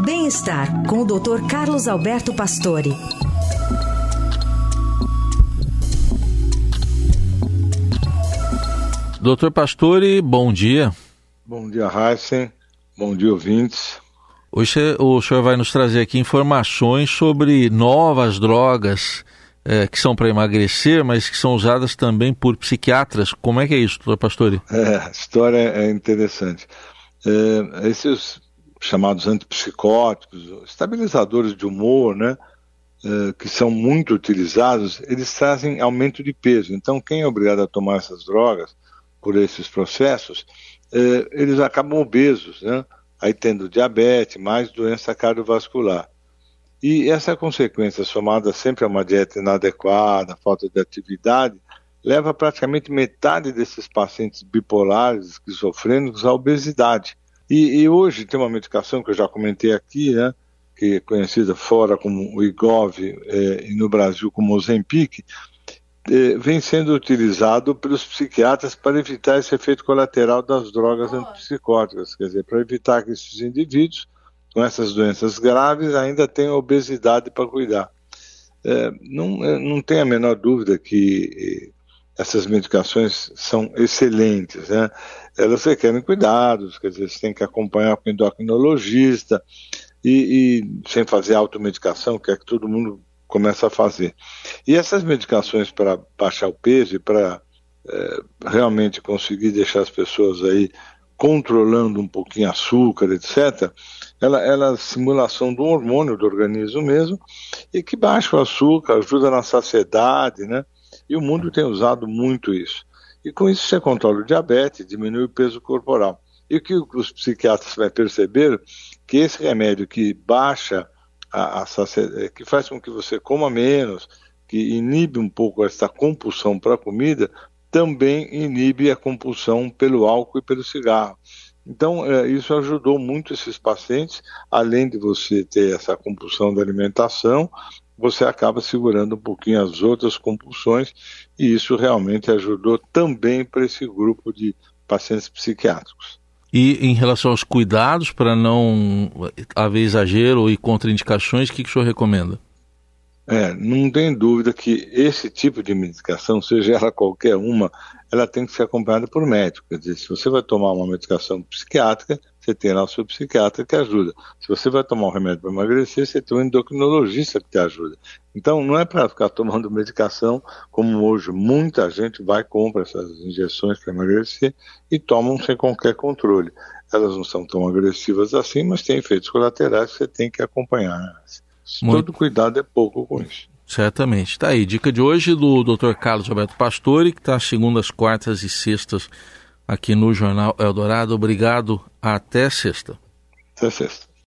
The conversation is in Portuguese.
Bem-estar, com o Dr. Carlos Alberto Pastore. Doutor Pastore, bom dia. Bom dia, Heisen. Bom dia, ouvintes. Hoje o senhor vai nos trazer aqui informações sobre novas drogas que são para emagrecer, mas que são usadas também por psiquiatras. Como é que é isso, doutor Pastore? A história é interessante. Esses chamados antipsicóticos, estabilizadores de humor, né, que são muito utilizados, eles trazem aumento de peso. Então, quem é obrigado a tomar essas drogas por esses processos, eles acabam obesos, né? Aí tendo diabetes, mais doença cardiovascular. E essa consequência, somada sempre a uma dieta inadequada, falta de atividade, leva praticamente metade desses pacientes bipolares, esquizofrênicos, à obesidade. E hoje tem uma medicação que eu já comentei aqui, né, que é conhecida fora como o Wegovy e no Brasil como Ozempic, vem sendo utilizado pelos psiquiatras para evitar esse efeito colateral das drogas antipsicóticas, quer dizer, para evitar que esses indivíduos com essas doenças graves ainda tenham obesidade para cuidar. Não tem a menor dúvida que essas medicações são excelentes, né? Elas requerem cuidados, quer dizer, você tem que acompanhar com o endocrinologista e sem fazer automedicação, que é que todo mundo começa a fazer. E essas medicações para baixar o peso e para realmente conseguir deixar as pessoas aí controlando um pouquinho açúcar, etc., ela é a simulação de um hormônio do organismo mesmo, e que baixa o açúcar, ajuda na saciedade, né? E o mundo tem usado muito isso. E com isso você controla o diabetes, diminui o peso corporal. E o que os psiquiatras vão perceber, que esse remédio que baixa a saciedade, que faz com que você coma menos, que inibe um pouco essa compulsão para a comida, também inibe a compulsão pelo álcool e pelo cigarro. Então, isso ajudou muito esses pacientes, além de você ter essa compulsão da alimentação, você acaba segurando um pouquinho as outras compulsões, e isso realmente ajudou também para esse grupo de pacientes psiquiátricos. E em relação aos cuidados para não haver exagero e contraindicações, o que o senhor recomenda? Não tem dúvida que esse tipo de medicação, seja ela qualquer uma, ela tem que ser acompanhada por médico. Quer dizer, se você vai tomar uma medicação psiquiátrica, você tem lá o seu psiquiatra que ajuda. Se você vai tomar um remédio para emagrecer, você tem um endocrinologista que te ajuda. Então, não é para ficar tomando medicação, como hoje muita gente vai e compra essas injeções para emagrecer e tomam sem qualquer controle. Elas não são tão agressivas assim, mas têm efeitos colaterais que você tem que acompanhar. Todo cuidado é pouco com isso. Certamente. Está aí, dica de hoje do Dr. Carlos Alberto Pastore, que está segundas, quartas e sextas aqui no Jornal Eldorado. Obrigado, até sexta. Até sexta.